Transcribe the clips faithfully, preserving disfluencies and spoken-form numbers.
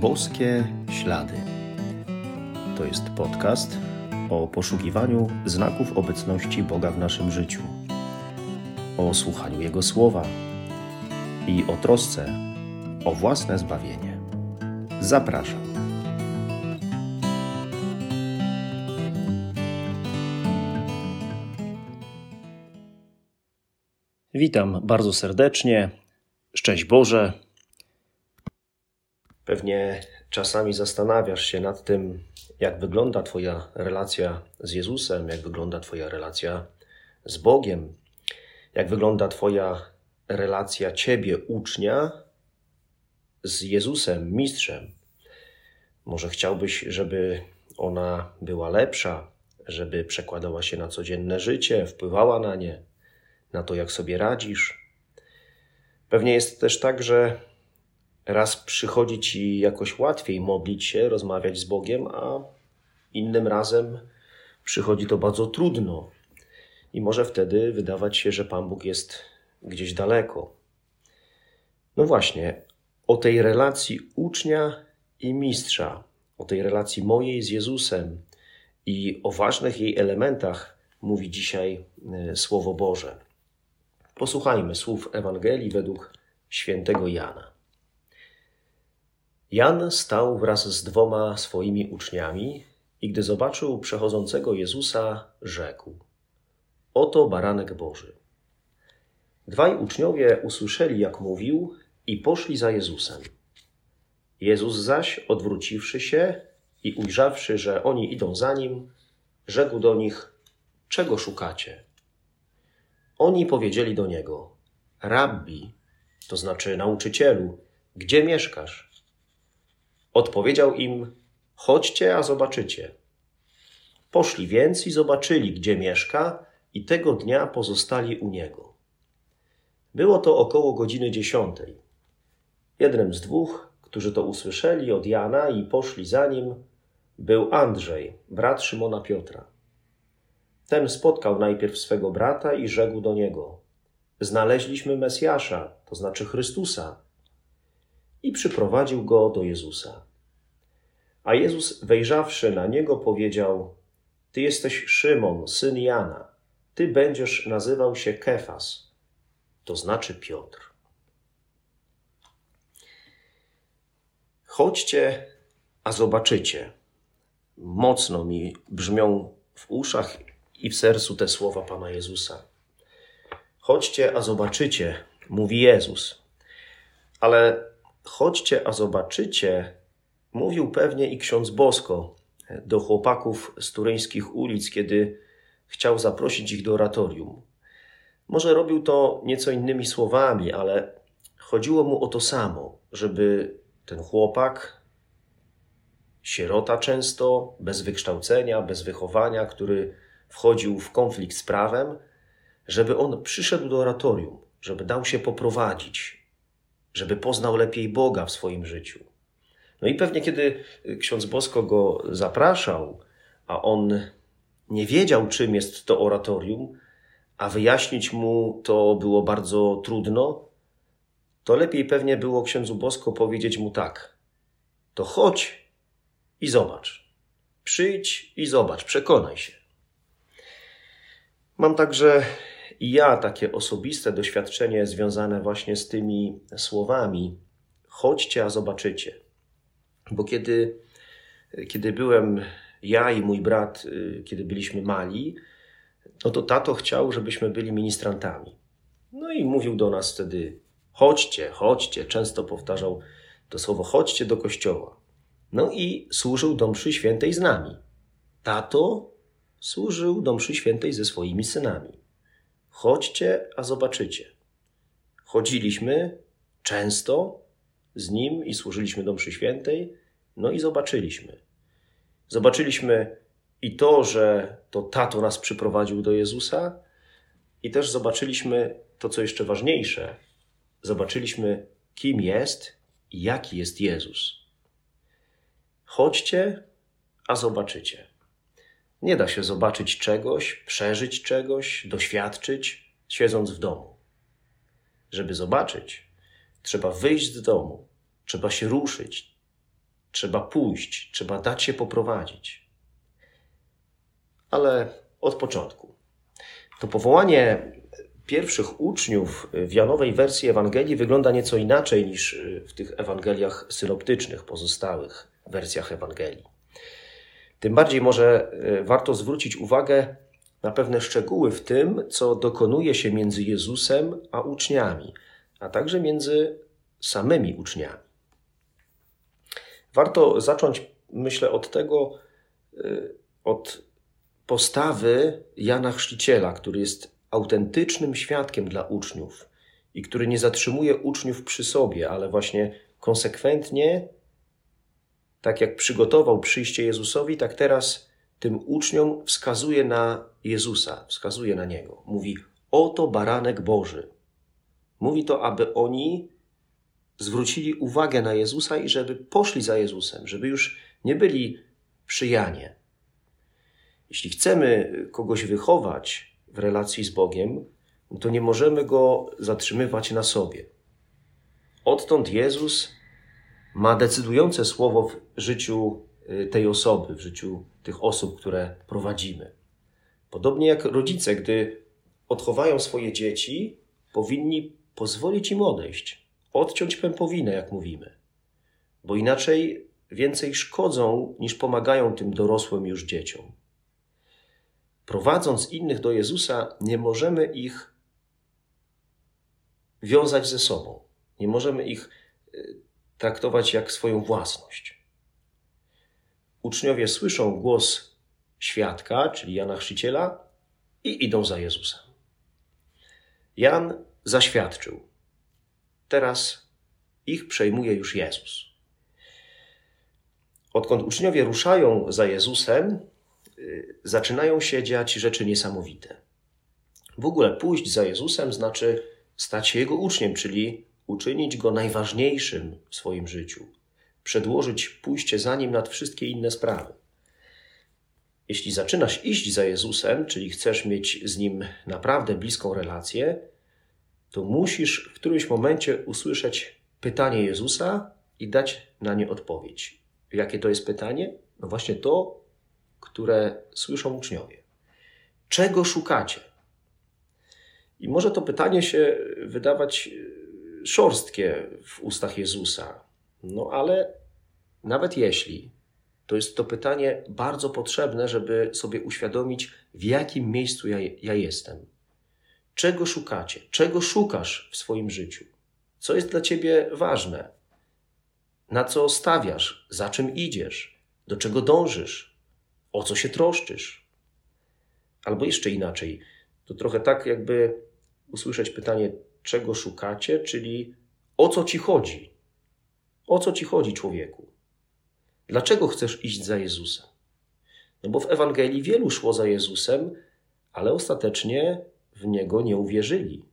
Boskie Ślady. To jest podcast o poszukiwaniu znaków obecności Boga w naszym życiu, o słuchaniu Jego słowa i o trosce o własne zbawienie. Zapraszam. Witam bardzo serdecznie. Szczęść Boże. Pewnie czasami zastanawiasz się nad tym, jak wygląda Twoja relacja z Jezusem, jak wygląda Twoja relacja z Bogiem, jak wygląda Twoja relacja Ciebie, ucznia, z Jezusem, mistrzem. Może chciałbyś, żeby ona była lepsza, żeby przekładała się na codzienne życie, wpływała na nie, na to, jak sobie radzisz. Pewnie jest też tak, że raz przychodzi Ci jakoś łatwiej modlić się, rozmawiać z Bogiem, a innym razem przychodzi to bardzo trudno. I może wtedy wydawać się, że Pan Bóg jest gdzieś daleko. No właśnie, o tej relacji ucznia i mistrza, o tej relacji mojej z Jezusem i o ważnych jej elementach mówi dzisiaj Słowo Boże. Posłuchajmy słów Ewangelii według świętego Jana. Jan stał wraz z dwoma swoimi uczniami i gdy zobaczył przechodzącego Jezusa, rzekł: Oto baranek Boży. Dwaj uczniowie usłyszeli, jak mówił, i poszli za Jezusem. Jezus zaś, odwróciwszy się i ujrzawszy, że oni idą za Nim, rzekł do nich: Czego szukacie? Oni powiedzieli do Niego: Rabbi, to znaczy nauczycielu, gdzie mieszkasz? Odpowiedział im: Chodźcie, a zobaczycie. Poszli więc i zobaczyli, gdzie mieszka, i tego dnia pozostali u Niego. Było to około godziny dziesiątej. Jednym z dwóch, którzy to usłyszeli od Jana i poszli za Nim, był Andrzej, brat Szymona Piotra. Ten spotkał najpierw swego brata i rzekł do niego: Znaleźliśmy Mesjasza, to znaczy Chrystusa. I przyprowadził go do Jezusa. A Jezus, wejrzawszy na niego, powiedział: Ty jesteś Szymon, syn Jana. Ty będziesz nazywał się Kefas, to znaczy Piotr. Chodźcie, a zobaczycie. Mocno mi brzmią w uszach i w sercu te słowa Pana Jezusa. Chodźcie, a zobaczycie, mówi Jezus. Ale chodźcie, a zobaczycie, mówił pewnie i ksiądz Bosko do chłopaków z turyńskich ulic, kiedy chciał zaprosić ich do oratorium. Może robił to nieco innymi słowami, ale chodziło mu o to samo, żeby ten chłopak, sierota często, bez wykształcenia, bez wychowania, który wchodził w konflikt z prawem, żeby on przyszedł do oratorium, żeby dał się poprowadzić, żeby poznał lepiej Boga w swoim życiu. No i pewnie kiedy ksiądz Bosko go zapraszał, a on nie wiedział, czym jest to oratorium, a wyjaśnić mu to było bardzo trudno, to lepiej pewnie było księdzu Bosko powiedzieć mu tak: to chodź i zobacz. Przyjdź i zobacz, przekonaj się. Mam także i ja takie osobiste doświadczenie związane właśnie z tymi słowami: chodźcie, a zobaczycie. Bo kiedy, kiedy byłem ja i mój brat, kiedy byliśmy mali, no to tato chciał, żebyśmy byli ministrantami. No i mówił do nas wtedy: chodźcie, chodźcie. Często powtarzał to słowo: chodźcie do kościoła. No i służył do mszy świętej z nami. Tato służył do mszy świętej ze swoimi synami. Chodźcie, a zobaczycie. Chodziliśmy często z nim i służyliśmy do mszy świętej, no i zobaczyliśmy. Zobaczyliśmy i to, że to tato nas przyprowadził do Jezusa, i też zobaczyliśmy to, co jeszcze ważniejsze. Zobaczyliśmy, kim jest i jaki jest Jezus. Chodźcie, a zobaczycie. Nie da się zobaczyć czegoś, przeżyć czegoś, doświadczyć, siedząc w domu. Żeby zobaczyć, trzeba wyjść z domu, trzeba się ruszyć, trzeba pójść, trzeba dać się poprowadzić. Ale od początku. To powołanie pierwszych uczniów w Janowej wersji Ewangelii wygląda nieco inaczej niż w tych Ewangeliach synoptycznych, pozostałych wersjach Ewangelii. Tym bardziej może warto zwrócić uwagę na pewne szczegóły w tym, co dokonuje się między Jezusem a uczniami, a także między samymi uczniami. Warto zacząć, myślę, od tego, od postawy Jana Chrzciciela, który jest autentycznym świadkiem dla uczniów i który nie zatrzymuje uczniów przy sobie, ale właśnie konsekwentnie, tak jak przygotował przyjście Jezusowi, tak teraz tym uczniom wskazuje na Jezusa, wskazuje na Niego. Mówi, oto baranek Boży. Mówi to, aby oni zwrócili uwagę na Jezusa i żeby poszli za Jezusem, żeby już nie byli przy Janie. Jeśli chcemy kogoś wychować w relacji z Bogiem, to nie możemy go zatrzymywać na sobie. Odtąd Jezus ma decydujące słowo w życiu tej osoby, w życiu tych osób, które prowadzimy. Podobnie jak rodzice, gdy odchowają swoje dzieci, powinni pozwolić im odejść, odciąć pępowinę, jak mówimy, bo inaczej więcej szkodzą, niż pomagają tym dorosłym już dzieciom. Prowadząc innych do Jezusa, nie możemy ich wiązać ze sobą. Nie możemy ich traktować jak swoją własność. Uczniowie słyszą głos świadka, czyli Jana Chrzciciela, i idą za Jezusem. Jan zaświadczył. Teraz ich przejmuje już Jezus. Odkąd uczniowie ruszają za Jezusem, zaczynają się dziać rzeczy niesamowite. W ogóle pójść za Jezusem znaczy stać się Jego uczniem, czyli uczynić Go najważniejszym w swoim życiu. Przedłożyć pójście za Nim nad wszystkie inne sprawy. Jeśli zaczynasz iść za Jezusem, czyli chcesz mieć z Nim naprawdę bliską relację, to musisz w którymś momencie usłyszeć pytanie Jezusa i dać na nie odpowiedź. Jakie to jest pytanie? No właśnie to, które słyszą uczniowie. Czego szukacie? I może to pytanie się wydawać szorstkie w ustach Jezusa. No ale nawet jeśli, to jest to pytanie bardzo potrzebne, żeby sobie uświadomić, w jakim miejscu ja, ja jestem. Czego szukacie? Czego szukasz w swoim życiu? Co jest dla ciebie ważne? Na co stawiasz? Za czym idziesz? Do czego dążysz? O co się troszczysz? Albo jeszcze inaczej, to trochę tak jakby usłyszeć pytanie, czego szukacie, czyli o co ci chodzi? O co ci chodzi, człowieku? Dlaczego chcesz iść za Jezusem? No bo w Ewangelii wielu szło za Jezusem, ale ostatecznie w Niego nie uwierzyli.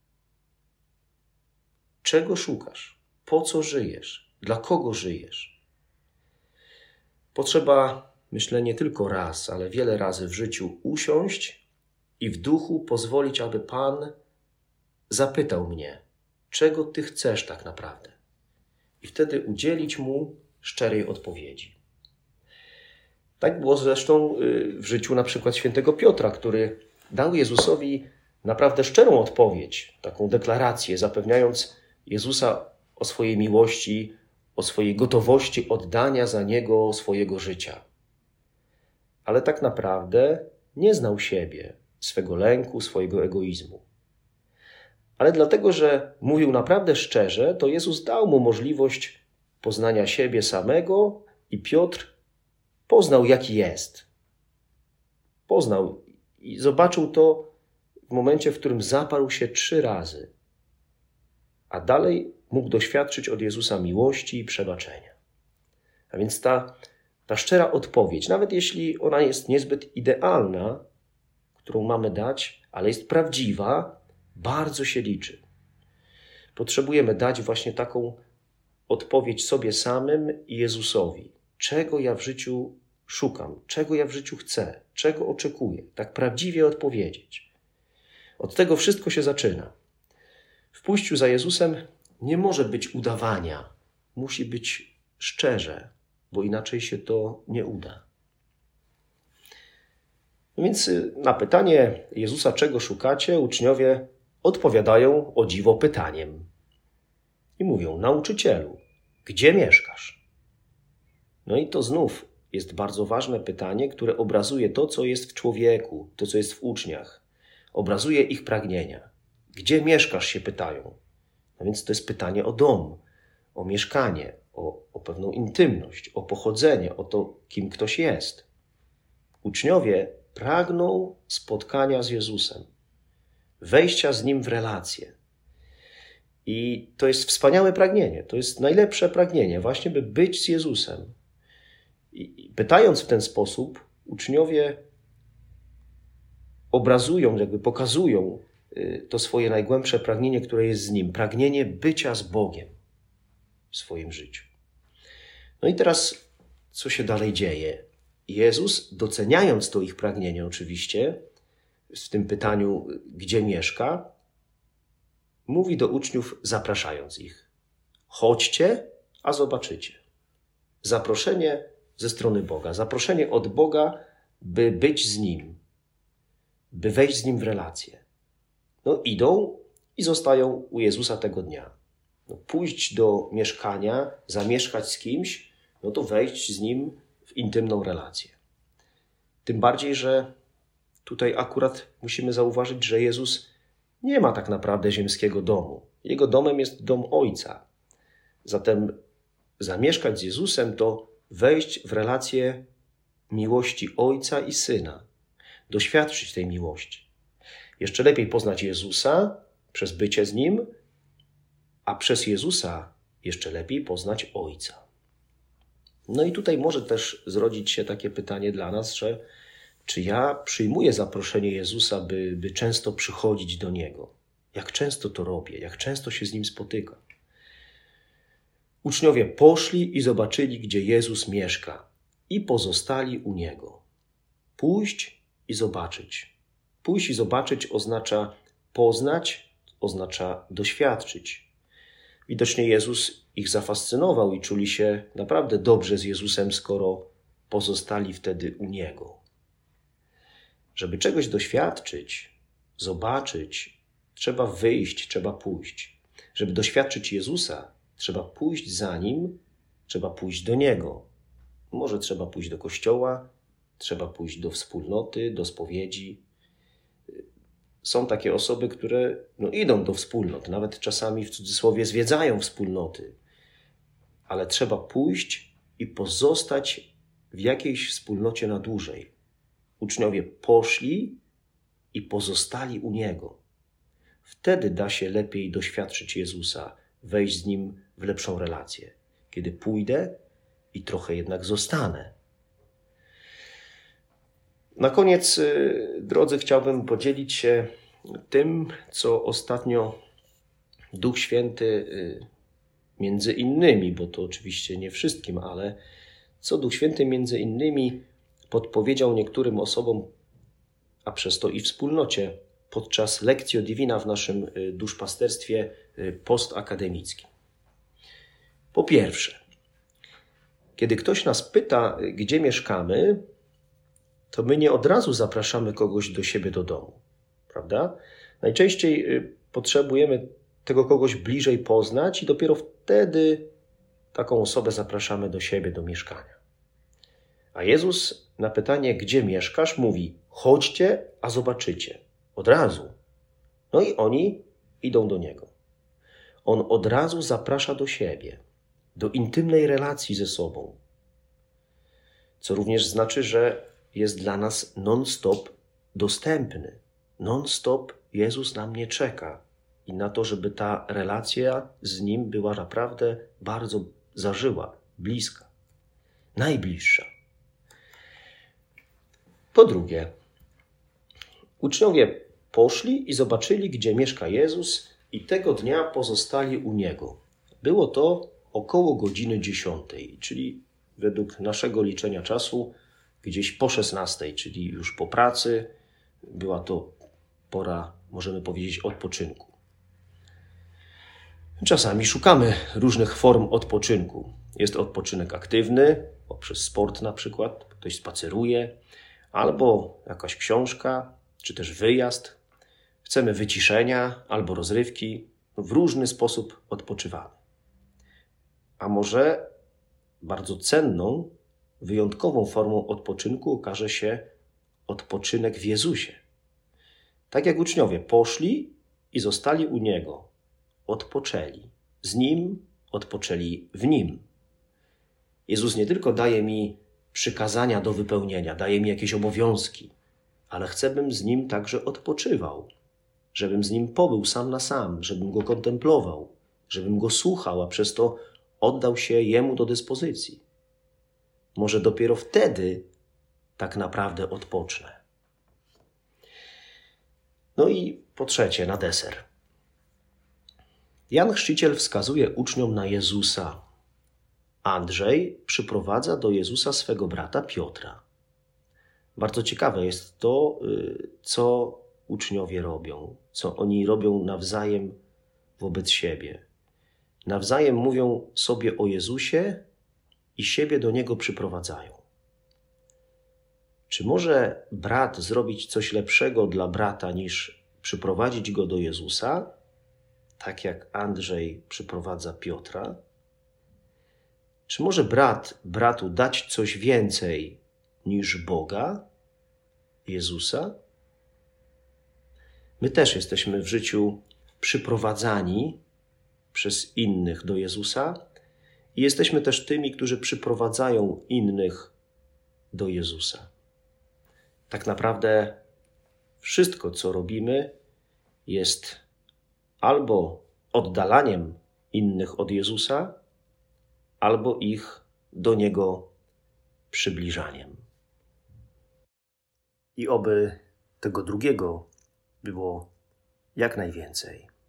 Czego szukasz? Po co żyjesz? Dla kogo żyjesz? Potrzeba, myślę, nie tylko raz, ale wiele razy w życiu usiąść i w duchu pozwolić, aby Pan zapytał mnie, czego Ty chcesz tak naprawdę? I wtedy udzielić Mu szczerej odpowiedzi. Tak było zresztą w życiu na przykład świętego Piotra, który dał Jezusowi naprawdę szczerą odpowiedź, taką deklarację, zapewniając Jezusa o swojej miłości, o swojej gotowości oddania za Niego swojego życia. Ale tak naprawdę nie znał siebie, swego lęku, swojego egoizmu. Ale dlatego, że mówił naprawdę szczerze, to Jezus dał mu możliwość poznania siebie samego i Piotr poznał, jaki jest. Poznał i zobaczył to w momencie, w którym zaparł się trzy razy. A dalej mógł doświadczyć od Jezusa miłości i przebaczenia. A więc ta, ta szczera odpowiedź, nawet jeśli ona jest niezbyt idealna, którą mamy dać, ale jest prawdziwa, bardzo się liczy. Potrzebujemy dać właśnie taką odpowiedź sobie samym i Jezusowi. Czego ja w życiu szukam? Czego ja w życiu chcę? Czego oczekuję? Tak prawdziwie odpowiedzieć. Od tego wszystko się zaczyna. W pójściu za Jezusem nie może być udawania. Musi być szczerze. bo inaczej się to nie uda. No więc na pytanie Jezusa, czego szukacie, uczniowie odpowiadają o dziwo pytaniem. I mówią, nauczycielu, gdzie mieszkasz? No i to znów jest bardzo ważne pytanie, które obrazuje to, co jest w człowieku, to, co jest w uczniach. Obrazuje ich pragnienia. Gdzie mieszkasz, się pytają. No więc to jest pytanie o dom, o mieszkanie, o, o pewną intymność, o pochodzenie, o to, kim ktoś jest. Uczniowie pragną spotkania z Jezusem, wejścia z Nim w relację. I to jest wspaniałe pragnienie, to jest najlepsze pragnienie, właśnie by być z Jezusem. I pytając w ten sposób, uczniowie obrazują, jakby pokazują to swoje najgłębsze pragnienie, które jest z Nim. Pragnienie bycia z Bogiem w swoim życiu. No i teraz, co się dalej dzieje? Jezus, doceniając to ich pragnienie oczywiście, w tym pytaniu, gdzie mieszka, mówi do uczniów, zapraszając ich. Chodźcie, a zobaczycie. Zaproszenie ze strony Boga. Zaproszenie od Boga, by być z Nim. By wejść z Nim w relację. No idą i zostają u Jezusa tego dnia. No, pójść do mieszkania, zamieszkać z kimś, no to wejść z Nim w intymną relację. Tym bardziej, że tutaj akurat musimy zauważyć, że Jezus nie ma tak naprawdę ziemskiego domu. Jego domem jest dom Ojca. Zatem zamieszkać z Jezusem to wejść w relację miłości Ojca i Syna. Doświadczyć tej miłości. Jeszcze lepiej poznać Jezusa przez bycie z Nim, a przez Jezusa jeszcze lepiej poznać Ojca. No i tutaj może też zrodzić się takie pytanie dla nas, że czy ja przyjmuję zaproszenie Jezusa, by, by często przychodzić do Niego? Jak często to robię? Jak często się z Nim spotykam? Uczniowie poszli i zobaczyli, gdzie Jezus mieszka i pozostali u Niego. Pójść i zobaczyć. Pójść i zobaczyć oznacza poznać, oznacza doświadczyć. Widocznie Jezus ich zafascynował i czuli się naprawdę dobrze z Jezusem, skoro pozostali wtedy u Niego. Żeby czegoś doświadczyć, zobaczyć, trzeba wyjść, trzeba pójść. Żeby doświadczyć Jezusa, trzeba pójść za Nim, trzeba pójść do Niego. Może trzeba pójść do kościoła, trzeba pójść do wspólnoty, do spowiedzi. Są takie osoby, które no, idą do wspólnot, nawet czasami w cudzysłowie zwiedzają wspólnoty. Ale trzeba pójść i pozostać w jakiejś wspólnocie na dłużej. Uczniowie poszli i pozostali u Niego. Wtedy da się lepiej doświadczyć Jezusa, wejść z Nim w lepszą relację. Kiedy pójdę i trochę jednak zostanę. Na koniec, drodzy, chciałbym podzielić się tym, co ostatnio Duch Święty, między innymi, bo to oczywiście nie wszystkim, ale co Duch Święty między innymi podpowiedział niektórym osobom, a przez to i wspólnocie, podczas Lectio Divina w naszym duszpasterstwie postakademickim. Po pierwsze, kiedy ktoś nas pyta, gdzie mieszkamy, to my nie od razu zapraszamy kogoś do siebie do domu, prawda? Najczęściej potrzebujemy tego kogoś bliżej poznać i dopiero wtedy taką osobę zapraszamy do siebie, do mieszkania. A Jezus na pytanie, gdzie mieszkasz, mówi, chodźcie, a zobaczycie. Od razu. No i oni idą do Niego. On od razu zaprasza do siebie, do intymnej relacji ze sobą. Co również znaczy, że jest dla nas non-stop dostępny. Non-stop Jezus na mnie czeka i na to, żeby ta relacja z Nim była naprawdę bardzo zażyła, bliska, najbliższa. Po drugie, uczniowie poszli i zobaczyli, gdzie mieszka Jezus i tego dnia pozostali u Niego. Było to około godziny dziesiątej, czyli według naszego liczenia czasu gdzieś po szesnastej, czyli już po pracy. Była to pora, możemy powiedzieć, odpoczynku. Czasami szukamy różnych form odpoczynku. Jest odpoczynek aktywny, poprzez sport na przykład, ktoś spaceruje, albo jakaś książka, czy też wyjazd. Chcemy wyciszenia albo rozrywki, w różny sposób odpoczywamy. A może bardzo cenną, wyjątkową formą odpoczynku okaże się odpoczynek w Jezusie. Tak jak uczniowie poszli i zostali u Niego, odpoczęli. Z Nim odpoczęli w Nim. Jezus nie tylko daje mi przykazania do wypełnienia, daje mi jakieś obowiązki, ale chcę, bym z Nim także odpoczywał, żebym z Nim pobył sam na sam, żebym Go kontemplował, żebym Go słuchał, a przez to oddał się Jemu do dyspozycji. Może dopiero wtedy tak naprawdę odpocznę. No i po trzecie, na deser. Jan Chrzciciel wskazuje uczniom na Jezusa. Andrzej przyprowadza do Jezusa swego brata Piotra. Bardzo ciekawe jest to, co uczniowie robią, co oni robią nawzajem wobec siebie. Nawzajem mówią sobie o Jezusie i siebie do Niego przyprowadzają. Czy może brat zrobić coś lepszego dla brata, niż przyprowadzić go do Jezusa, tak jak Andrzej przyprowadza Piotra? Czy może brat bratu dać coś więcej niż Boga, Jezusa? My też jesteśmy w życiu przyprowadzani przez innych do Jezusa i jesteśmy też tymi, którzy przyprowadzają innych do Jezusa. Tak naprawdę wszystko, co robimy, jest albo oddalaniem innych od Jezusa, albo ich do Niego przybliżaniem. I oby tego drugiego było jak najwięcej.